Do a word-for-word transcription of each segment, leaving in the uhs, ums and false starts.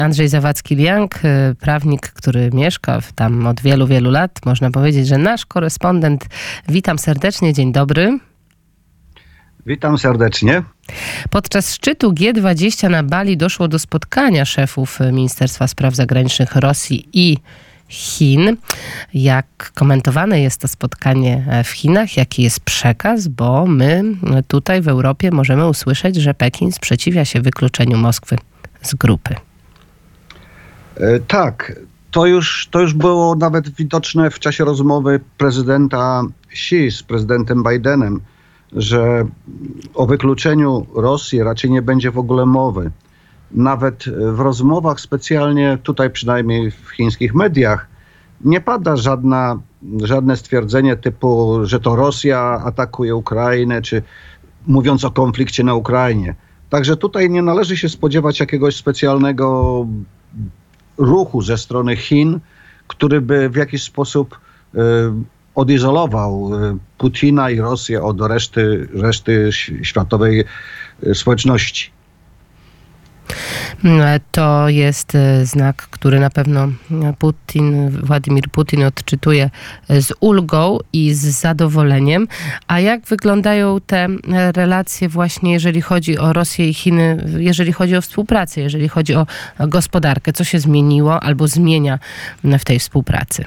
Andrzej Zawadzki-Liang, prawnik, który mieszka tam od wielu, wielu lat. Można powiedzieć, że nasz korespondent. Witam serdecznie, dzień dobry. Witam serdecznie. Podczas szczytu G dwadzieścia na Bali doszło do spotkania szefów Ministerstwa Spraw Zagranicznych Rosji i Chin. Jak komentowane jest to spotkanie w Chinach? Jaki jest przekaz? Bo my tutaj w Europie możemy usłyszeć, że Pekin sprzeciwia się wykluczeniu Moskwy z grupy. Tak, to już, to już było nawet widoczne w czasie rozmowy prezydenta Xi z prezydentem Bidenem, że o wykluczeniu Rosji raczej nie będzie w ogóle mowy. Nawet w rozmowach specjalnie, tutaj przynajmniej w chińskich mediach, nie pada żadna, żadne stwierdzenie typu, że to Rosja atakuje Ukrainę, czy mówiąc o konflikcie na Ukrainie. Także tutaj nie należy się spodziewać jakiegoś specjalnego ruchu ze strony Chin, który by w jakiś sposób y, odizolował y, Putina i Rosję od reszty, reszty światowej y, społeczności. To jest znak, który na pewno Putin, Władimir Putin odczytuje z ulgą i z zadowoleniem. A jak wyglądają te relacje właśnie, jeżeli chodzi o Rosję i Chiny, jeżeli chodzi o współpracę, jeżeli chodzi o gospodarkę? Co się zmieniło albo zmienia w tej współpracy?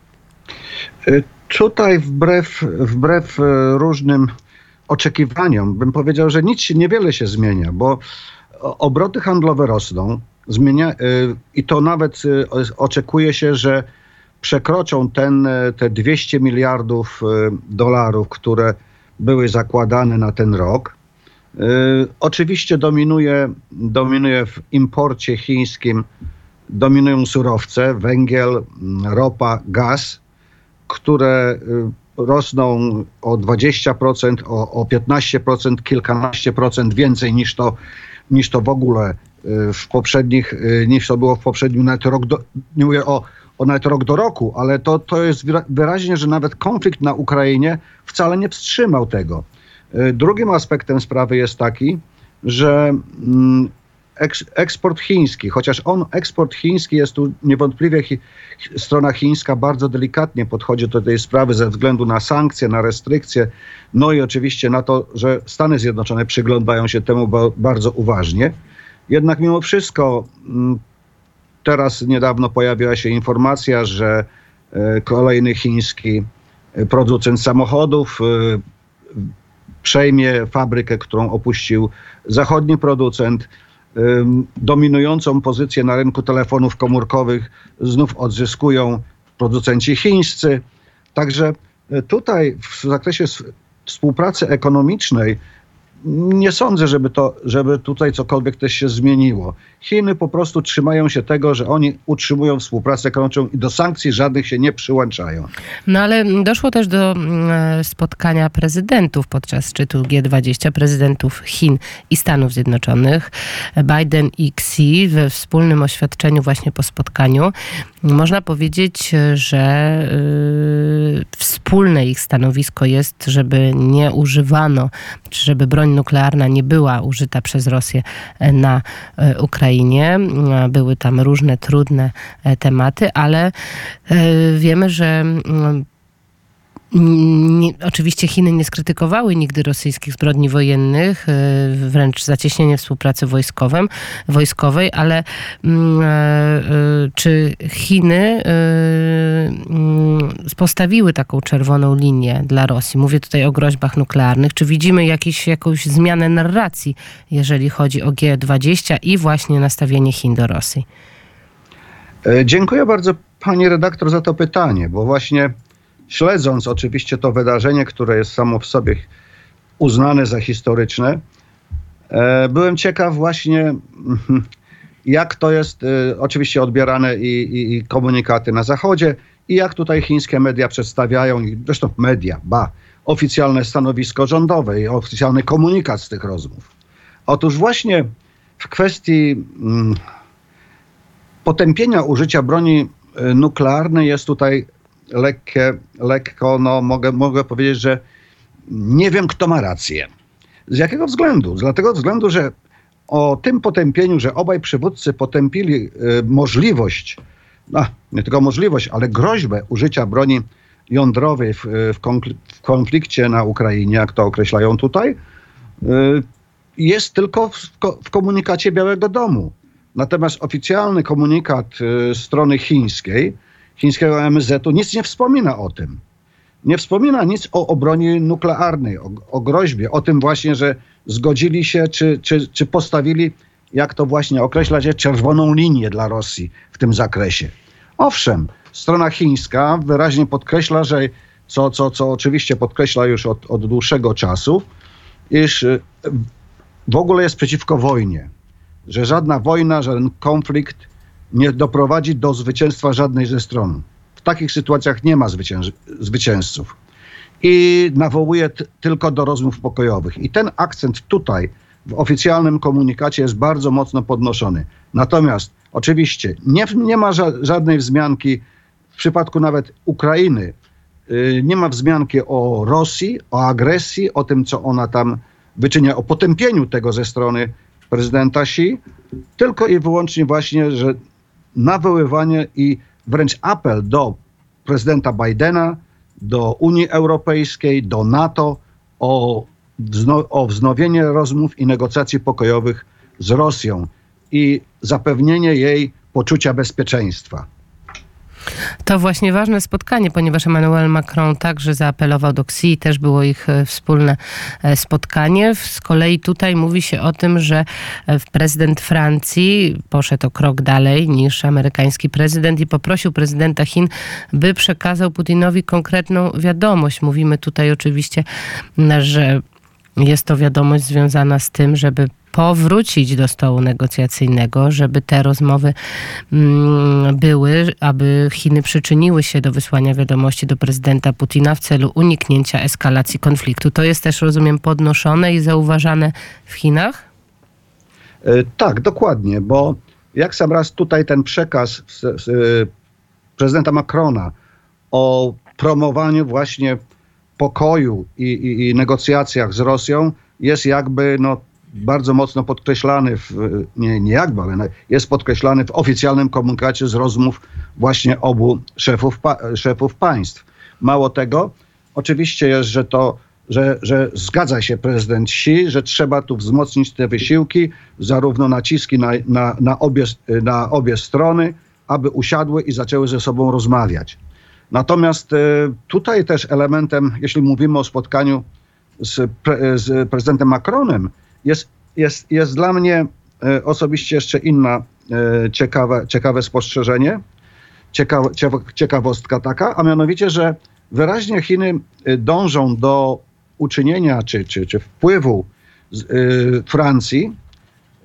Tutaj wbrew, wbrew różnym oczekiwaniom bym powiedział, że nic się, niewiele się zmienia, bo obroty handlowe rosną, zmienia, i to nawet oczekuje się, że przekroczą ten, te dwieście miliardów dolarów, które były zakładane na ten rok. Oczywiście dominuje, dominuje w imporcie chińskim, dominują surowce, węgiel, ropa, gaz, które rosną o dwadzieścia procent, o, o piętnaście procent, kilkanaście procent więcej niż to niż to w ogóle w poprzednich, niż to było w poprzednim nawet rok do, nie mówię o, o nawet rok do roku, ale to, to jest wyraźnie, że nawet konflikt na Ukrainie wcale nie wstrzymał tego. Drugim aspektem sprawy jest taki, że eks, eksport chiński, chociaż on, eksport chiński jest tu niewątpliwie hi, strona chińska bardzo delikatnie podchodzi do tej sprawy ze względu na sankcje, na restrykcje, no i oczywiście na to, że Stany Zjednoczone przyglądają się temu ba, bardzo uważnie. Jednak mimo wszystko teraz niedawno pojawiła się informacja, że kolejny chiński producent samochodów przejmie fabrykę, którą opuścił zachodni producent. Dominującą pozycję na rynku telefonów komórkowych znów odzyskują producenci chińscy. Także tutaj w zakresie współpracy ekonomicznej nie sądzę, żeby, to, żeby tutaj cokolwiek też się zmieniło. Chiny po prostu trzymają się tego, że oni utrzymują współpracę ekonomiczną i do sankcji żadnych się nie przyłączają. No ale doszło też do spotkania prezydentów podczas szczytu G dwadzieścia, prezydentów Chin i Stanów Zjednoczonych. Biden i Xi we wspólnym oświadczeniu właśnie po spotkaniu. Można powiedzieć, że yy, wspólne ich stanowisko jest, żeby nie używano, czy żeby broń nuklearna nie była użyta przez Rosję na Ukrainie. Były tam różne trudne tematy, ale wiemy, że Nie, oczywiście Chiny nie skrytykowały nigdy rosyjskich zbrodni wojennych, wręcz zacieśnienie współpracy wojskowym, wojskowej, ale e, e, czy Chiny e, e, postawiły taką czerwoną linię dla Rosji? Mówię tutaj o groźbach nuklearnych. Czy widzimy jakiś, jakąś zmianę narracji, jeżeli chodzi o G dwadzieścia i właśnie nastawienie Chin do Rosji? Dziękuję bardzo pani redaktor za to pytanie, bo właśnie śledząc oczywiście to wydarzenie, które jest samo w sobie uznane za historyczne, byłem ciekaw właśnie, jak to jest oczywiście odbierane i, i, i komunikaty na Zachodzie i jak tutaj chińskie media przedstawiają, i zresztą media, ba, oficjalne stanowisko rządowe i oficjalny komunikat z tych rozmów. Otóż właśnie w kwestii mm, potępienia użycia broni nuklearnej jest tutaj lekkie, lekko, no mogę, mogę powiedzieć, że nie wiem, kto ma rację. Z jakiego względu? Z dlatego względu, że o tym potępieniu, że obaj przywódcy potępili y, możliwość, no, nie tylko możliwość, ale groźbę użycia broni jądrowej w, w, konfl- w konflikcie na Ukrainie, jak to określają tutaj, y, jest tylko w, w komunikacie Białego Domu. Natomiast oficjalny komunikat y, strony chińskiej, chińskiego M S Z-u nic nie wspomina o tym. Nie wspomina nic o obronie nuklearnej, o, o groźbie, o tym właśnie, że zgodzili się, czy, czy, czy postawili, jak to właśnie określa się, czerwoną linię dla Rosji w tym zakresie. Owszem, strona chińska wyraźnie podkreśla, że co, co, co oczywiście podkreśla już od, od dłuższego czasu, iż w ogóle jest przeciwko wojnie. Że żadna wojna, żaden konflikt nie doprowadzi do zwycięstwa żadnej ze stron. W takich sytuacjach nie ma zwycięż- zwycięzców. I nawołuje t- tylko do rozmów pokojowych. I ten akcent tutaj w oficjalnym komunikacie jest bardzo mocno podnoszony. Natomiast oczywiście nie, nie ma ża- żadnej wzmianki w przypadku nawet Ukrainy. Yy, nie ma wzmianki o Rosji, o agresji, o tym, co ona tam wyczynia, o potępieniu tego ze strony prezydenta Xi, tylko i wyłącznie właśnie, że nawoływanie i wręcz apel do prezydenta Bidena, do Unii Europejskiej, do NATO o, wzno, o wznowienie rozmów i negocjacji pokojowych z Rosją i zapewnienie jej poczucia bezpieczeństwa. To właśnie ważne spotkanie, ponieważ Emmanuel Macron także zaapelował do Xi, też było ich wspólne spotkanie. Z kolei tutaj mówi się o tym, że prezydent Francji poszedł o krok dalej niż amerykański prezydent i poprosił prezydenta Chin, by przekazał Putinowi konkretną wiadomość. Mówimy tutaj oczywiście, że jest to wiadomość związana z tym, żeby powrócić do stołu negocjacyjnego, żeby te rozmowy mm, były, aby Chiny przyczyniły się do wysłania wiadomości do prezydenta Putina w celu uniknięcia eskalacji konfliktu. To jest też, rozumiem, podnoszone i zauważane w Chinach? Yy, tak, dokładnie, bo jak sam raz tutaj ten przekaz z, z, yy, prezydenta Macrona o promowaniu właśnie pokoju i, i, i negocjacjach z Rosją jest jakby no, bardzo mocno podkreślany, w, nie, nie jakby, ale jest podkreślany w oficjalnym komunikacie z rozmów właśnie obu szefów, pa, szefów państw. Mało tego, oczywiście jest, że to, że, że zgadza się prezydent Xi, że trzeba tu wzmocnić te wysiłki, zarówno naciski na, na, na, obie, na obie strony, aby usiadły i zaczęły ze sobą rozmawiać. Natomiast y, tutaj też elementem, jeśli mówimy o spotkaniu z, pre, z prezydentem Macronem, jest, jest, jest dla mnie y, osobiście jeszcze inna y, ciekawe, ciekawe spostrzeżenie, ciekawe, ciekawostka taka, a mianowicie, że wyraźnie Chiny y, dążą do uczynienia czy, czy, czy wpływu z, y, Francji y,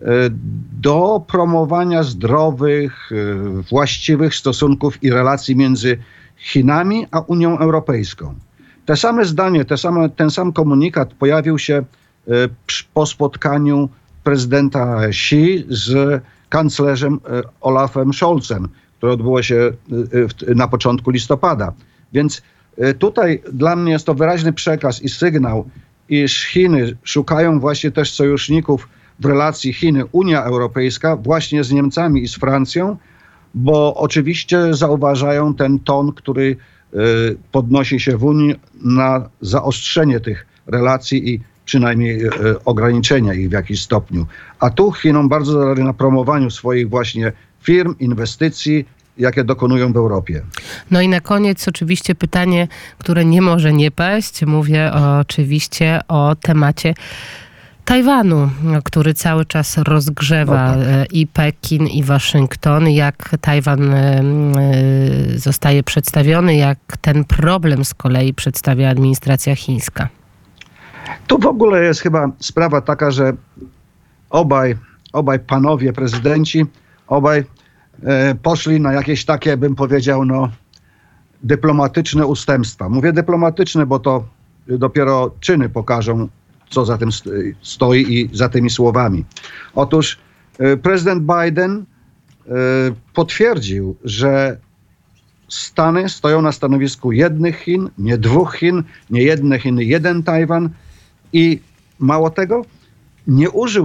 do promowania zdrowych, y, właściwych stosunków i relacji między Chinami a Unią Europejską. Te same zdanie, te same, ten sam komunikat pojawił się y, przy, po spotkaniu prezydenta Xi z kanclerzem y, Olafem Scholzem, które odbyło się y, y, na początku listopada. Więc y, tutaj dla mnie jest to wyraźny przekaz i sygnał, iż Chiny szukają właśnie też sojuszników w relacji Chiny-Unia Europejska właśnie z Niemcami i z Francją, bo oczywiście zauważają ten ton, który y, podnosi się w Unii na zaostrzenie tych relacji i przynajmniej y, ograniczenia ich w jakimś stopniu. A tu Chinom bardzo zależy na promowaniu swoich właśnie firm, inwestycji, jakie dokonują w Europie. No i na koniec oczywiście pytanie, które nie może nie paść. Mówię o, oczywiście o temacie Tajwanu, który cały czas rozgrzewa no tak. i Pekin, i Waszyngton. Jak Tajwan zostaje przedstawiony, jak ten problem z kolei przedstawia administracja chińska? Tu w ogóle jest chyba sprawa taka, że obaj, obaj panowie prezydenci, obaj e, poszli na jakieś takie, bym powiedział, no, dyplomatyczne ustępstwa. Mówię dyplomatyczne, bo to dopiero czyny pokażą, co za tym stoi i za tymi słowami. Otóż y, prezydent Biden y, potwierdził, że Stany stoją na stanowisku jednych Chin, nie dwóch Chin, nie jedne Chiny, jeden Tajwan i mało tego, nie użył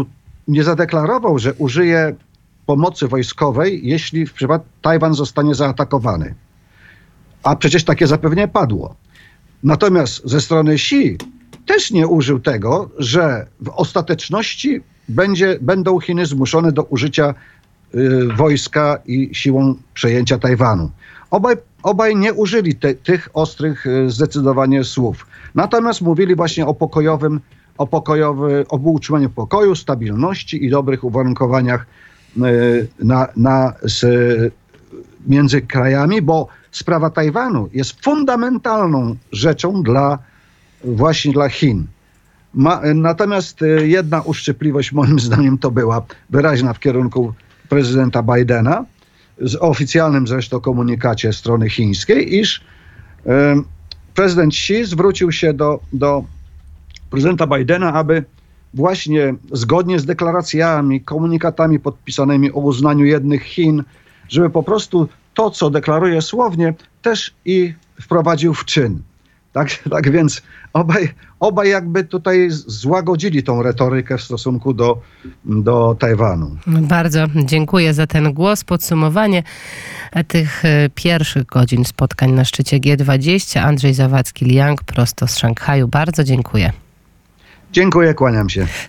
nie zadeklarował, że użyje pomocy wojskowej, jeśli w przypadku Tajwan zostanie zaatakowany. A przecież takie zapewnienie padło. Natomiast ze strony Xi też nie użył tego, że w ostateczności będzie, będą Chiny zmuszone do użycia y, wojska i siłą przejęcia Tajwanu. Obaj, obaj nie użyli te, tych ostrych y, zdecydowanie słów. Natomiast mówili właśnie o pokojowym, o pokojowy, o utrzymaniu pokoju, stabilności i dobrych uwarunkowaniach y, na, na, z, między krajami, bo sprawa Tajwanu jest fundamentalną rzeczą dla właśnie dla Chin. Ma, natomiast jedna uszczypliwość moim zdaniem to była wyraźna w kierunku prezydenta Bidena, z oficjalnym zresztą komunikacie strony chińskiej, iż y, prezydent Xi zwrócił się do, do prezydenta Bidena, aby właśnie zgodnie z deklaracjami, komunikatami podpisanymi o uznaniu jednych Chin, żeby po prostu to, co deklaruje słownie, też i wprowadził w czyn. Tak, tak więc obaj, obaj jakby tutaj złagodzili tą retorykę w stosunku do, do Tajwanu. Bardzo dziękuję za ten głos, podsumowanie tych pierwszych godzin spotkań na szczycie G dwadzieścia. Andrzej Zawadzki-Liang prosto z Szanghaju. Bardzo dziękuję. Dziękuję, kłaniam się.